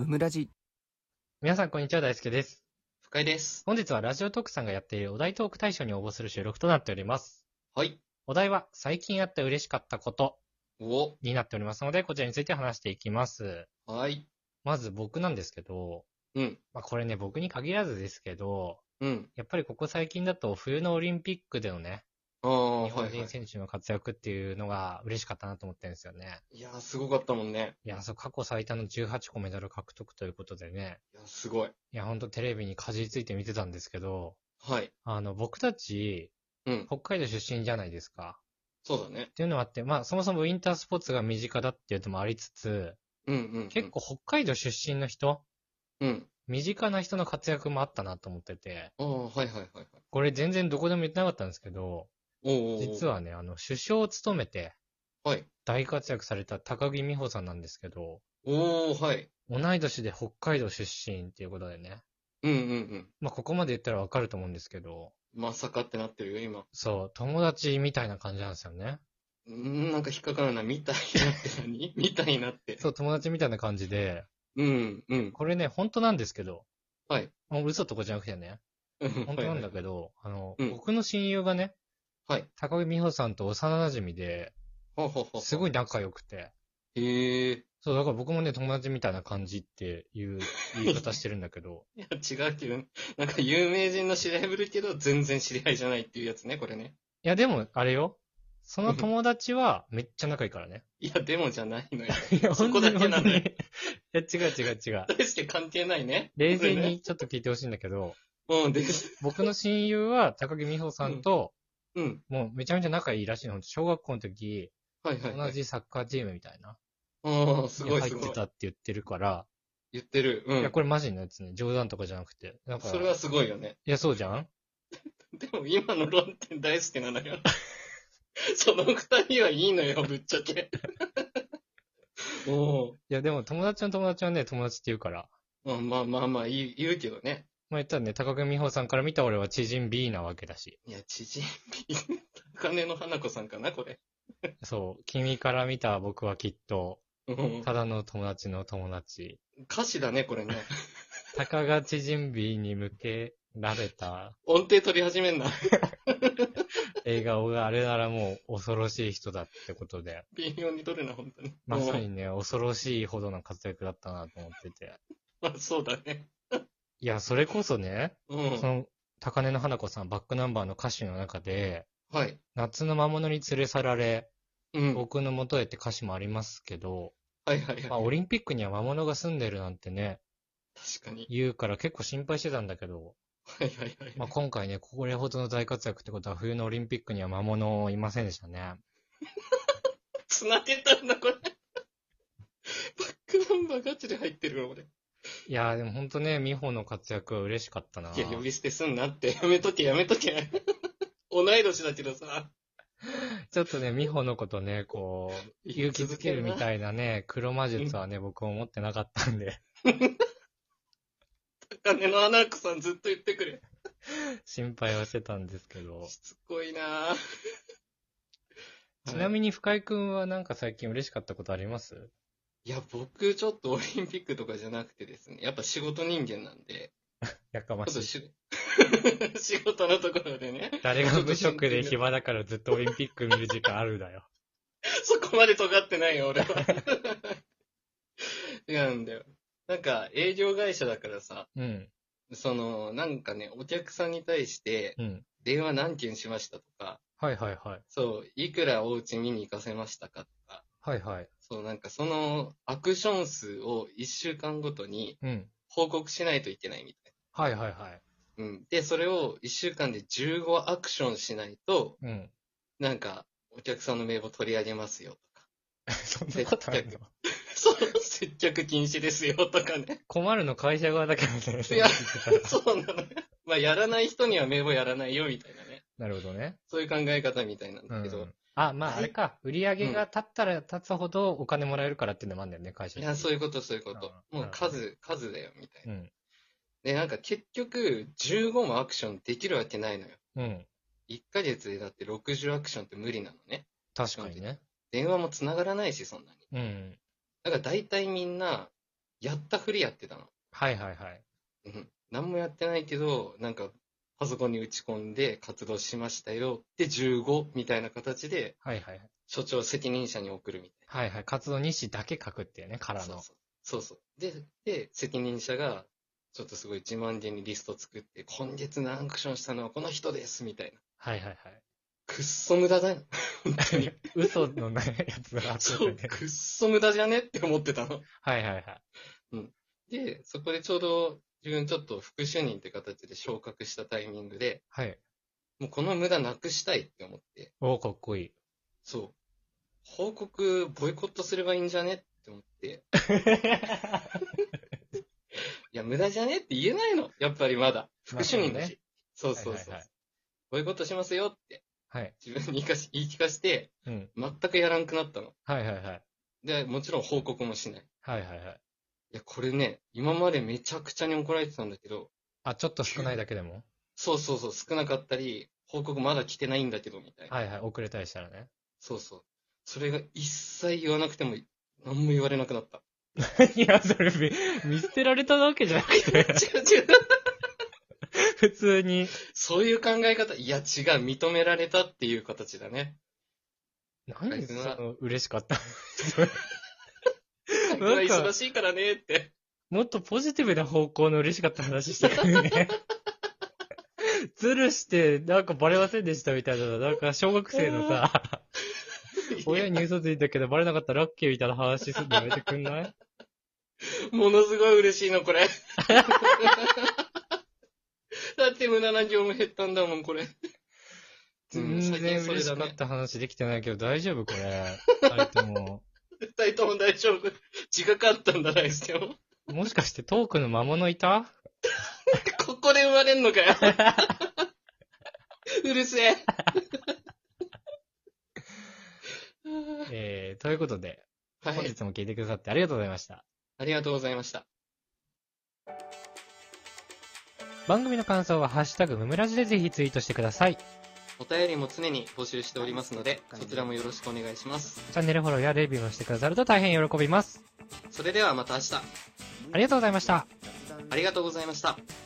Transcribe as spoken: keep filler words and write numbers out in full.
ムムラジ皆さんこんにちは、大輔です。 深井です。 本日はラジオトークさんがやっているお題トーク大賞に応募する収録となっております。 はい。 お題は最近あった嬉しかったことお。 になっておりますので、こちらについて話していきます。 はい。 まず僕なんですけど、 うん。 まあ、これね、僕に限らずですけど、 うん。 やっぱりここ最近だと冬のオリンピックでのね、 ああ、 日本はいはい。 人選手の活躍っていうのが嬉しかったなと思ってるんですよね。 いやー、すごかったもんね。 いや、そう、過去最多のじゅうはちこメダル獲得ということでね。 いや、すごい。 いや、ほんとテレビにかじりついて見てたんですけど、 はい。 あの、僕たち、 うん。 北海道出身じゃないですか。 そうだね。 っていうのもあって、まあそもそもウィンタースポーツが身近だっていうのもありつつ、 うんうん、うん。 結構北海道出身の人、 うん。 身近な人の活躍もあったなと思ってて、 ああ、はいはいはいはい。 これ全然どこでも言ってなかったんですけど、 おーおーおー実はね、あの、首相を務めてはい。 大活躍された高木美帆さんなんですけど、 おー、はい。 同い年で北海道出身っていうことでね、 うんうんうん。 まあここまで言ったらわかると思うんですけど、 まさかってなってるよ、今。 そう、友達みたいな感じなんですよね。 うーん、なんか引っかかるな。みたいなって何みたいなって。 そう、友達みたいな感じで、 うんうん。 これね、本当なんですけど、 はい。 もう嘘とかじゃなくてね、 うん本当なんだはいはいはい。 けど、あの、 うん僕の親友がね、 はい。 高木美帆さんと幼馴染で、 ほうほうほうほう。 すごい仲良くて、 へえ。 そう、だから僕もね、友達みたいな感じっていう言い方してるんだけど、 いや、違うけど、なんか有名人の知り合いぶるけど、全然知り合いじゃないっていうやつね、これね。 いやでも、あれよ、その友達はめっちゃ仲いいからね。 いや、でもじゃないのよ。 いや、 そこだけなのよ。 いや、違う違う違う。 大して関係ないね。 冷静これね。 にちょっと聞いてほしいんだけど、 うん、です。 僕の親友は高木美帆さんと、 うん。 もうめちゃめちゃ仲いいらしいの。小学校の時、 はいはいはい。 同じサッカーチームみたいな。 ああ、すごい入すごい。 ってたって言ってるから、 言ってる。ういや、 ん。 これマジのやつね。冗談とかじゃなくて。だから、 それはすごいよね。 いや、そうじゃんでも今の論点大好きなのよ。その二人はいいのよ、ぶっちゃけ。おいや、でも友達の友達はね、友達って言うから。 お。まあまあまあ、言う言うけどね。 まあ言ったらね、高木美帆さんから見た俺は知人 B なわけだし。 いや、知人、金の花子さんかな、これ。 そう、君から見た僕はきっと、 うんただの友達の友達。 歌詞だね、これね。 たかが知人 B に向けられた音程取り始めんな。 笑顔があれならもう恐ろしい人だってことで。 微妙に取るな、本当に。 まさにね、恐ろしいほどの活躍だったなと思ってて。 まあ、そうだね。 いや、それこそね、 うん。 その、高根の花子さん、バックナンバーの歌詞の中で、 はい。 夏の魔物に連れ去られ、 うん。 僕の元へって歌詞もありますけど、 はいはいはい。 まあ、オリンピックには魔物が住んでるなんてね、 確かに。 言うから結構心配してたんだけど、 はいはいはい。 まあ、今回ね、これほどの大活躍ってことは冬のオリンピックには魔物いませんでしたね。 繋げたんだ、これ。バックナンバーガチで入ってるわ、俺。 いやーでもほんとね、美穂の活躍は嬉しかったな。 いや、呼び捨てすんなって。やめとけ、やめとけ。同い年だけどさ。 ちょっとね、美穂のことね、こう、勇気づけるみたいなね、黒魔術はね、僕は思ってなかったんで、 金の花子さんずっと言ってくれ。 心配はしてたんですけど。 しつこいなぁ。 ちなみに深井くんはなんか最近嬉しかったことありますいや、僕ちょっとオリンピックとかじゃなくてですね、やっぱ仕事人間なんで、 やかましい。 ちょっとし仕事のところでね、 誰が無職で暇だからずっとオリンピック見る時間あるだよ。 そこまで尖ってないよ、俺は。違うんだよ。なんか、営業会社だからさ、 うん。 その、なんかね、お客さんに対して、 うん。 電話何件しましたとか、 はいはいはい。 そう、いくらお家見に行かせましたかとか、 はいはい。 そう、なんかそのアクション数をいっしゅうかんごとにうん。 報告しないといけないみたいはいはいはい。 な。うん。で、それをいっしゅうかんでじゅうごアクションしないと、 うん。 なんか、お客さんの名簿取り上げますよとか。 そんなことあるのそう、接客禁止ですよとかね。 困るの会社側だけどね。 いや、そうなのよ。まあ、やらない人には名簿やらないよみたいなね。 なるほどね。 そういう考え方みたいなんだけど。 うん。あ、まああれか。売り上げが立ったら立つほどお金もらえるからっていうのもあるんだよね、会社いや、そういうこと、そういうこと。 うんもう数、数だよみたいな。 うん。 で、なんか結局、じゅうごもアクションできるわけないのよ。 うん。 いっかげつでだってろくじゅうアクションって無理なのね。 確かにね。 電話も繋がらないし、そんなに。 うん。 だから大体みんな、 やったふりやってたの。 はいはいはい。 うん。何もやってないけど、なんか、パソコンに打ち込んで活動しましたよ。で、じゅうごみたいな形で、 はいはいはい。 所長責任者に送るみたいはいはい。活動日誌だけ書くっていうね、かな。 らの。 そうそう。そうそう。で、で、責任者が、ちょっとすごい自慢げにリスト作って、今月のアクションしたのはこの人ですみたいな。 はいはいはい。 くっそ無駄だよ。本当に。 嘘のないやつがあってそう、 ね。 くっそ無駄じゃねって思ってたの。 はいはいはい。 で、そこでちょうど自分ちょっと副主任って形で昇格したタイミングで、 はい。 もうこの無駄なくしたいって思って、 おー、かっこいい。 そう。報告ボイコットすればいいんじゃねって思って、いや、無駄じゃねって言えないの。やっぱりまだ。副主任だし。 ね、 そうそうそう。 はいはいはい、 ボイコットしますよって、 はい、 自分に言いかし言い聞かして、 うん、 全くやらんくなったの。 はいはいはい。 で、もちろん報告もしない。 はいはいはい。 いや、これね、今までめちゃくちゃに怒られてたんだけど。 あ、ちょっと少ないだけでもそうそうそう、少なかったり、報告まだ来てないんだけど、みたいな。 はいはい、遅れたりしたらね。 そうそう。それが一切言わなくても、何も言われなくなった。 いや、それ見、見捨てられたわけじゃなくて。 違う違う。 普通に。 そういう考え方、いや違う、認められたっていう形だね。 何その嬉しかった。 僕は忙しいからねって。 もっとポジティブな方向の嬉しかった話してくるね。ズルして、なんかバレませんでしたみたいな、なんか小学生のさ、親に嘘ついたけどバレなかったらラッキーみたいな話するのやめてくんない？ ものすごい嬉しいの、これ。だって無駄な業務減ったんだもん、これ。 全然嬉しかった話できてないけど、大丈夫これ。二人とも。 二人とも大丈夫。違かったんだないですよ。 もしかしてトークの魔物いた？ ここで生まれんのかよ。うるせえ。 えー、ということで、 はい、 本日も聞いてくださってありがとうございました。 ありがとうございました。 番組の感想はハッシュタグムムラジでぜひツイートしてください。 お便りも常に募集しておりますので、そちらもよろしくお願いします。 チャンネルフォローやレビューもしてくださると大変喜びます。 それではまた明日。 ありがとうございました。 ありがとうございました。